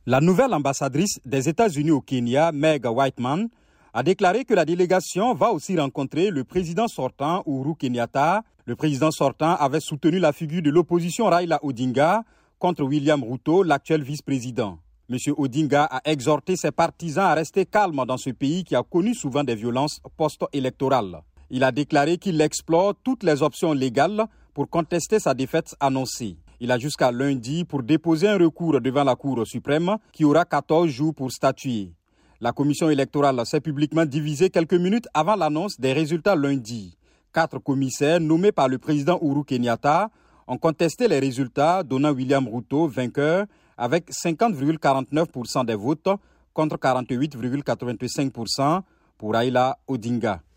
La nouvelle ambassadrice des États-Unis au Kenya, Meg Whitman, a déclaré que la délégation va aussi rencontrer le président sortant, Uhuru Kenyatta. Le président sortant avait soutenu la figure de l'opposition Raila Odinga contre William Ruto, l'actuel vice-président. M. Odinga a exhorté ses partisans à rester calmes dans ce pays qui a connu souvent des violences post-électorales. Il a déclaré qu'il explore toutes les options légales pour contester sa défaite annoncée. Il a jusqu'à lundi pour déposer un recours devant la Cour suprême qui aura 14 jours pour statuer. La commission électorale s'est publiquement divisée quelques minutes avant l'annonce des résultats lundi. 4 commissaires nommés par le président Uhuru Kenyatta ont contesté les résultats, donnant William Ruto vainqueur avec 50,49% des votes contre 48,85% pour Raila Odinga.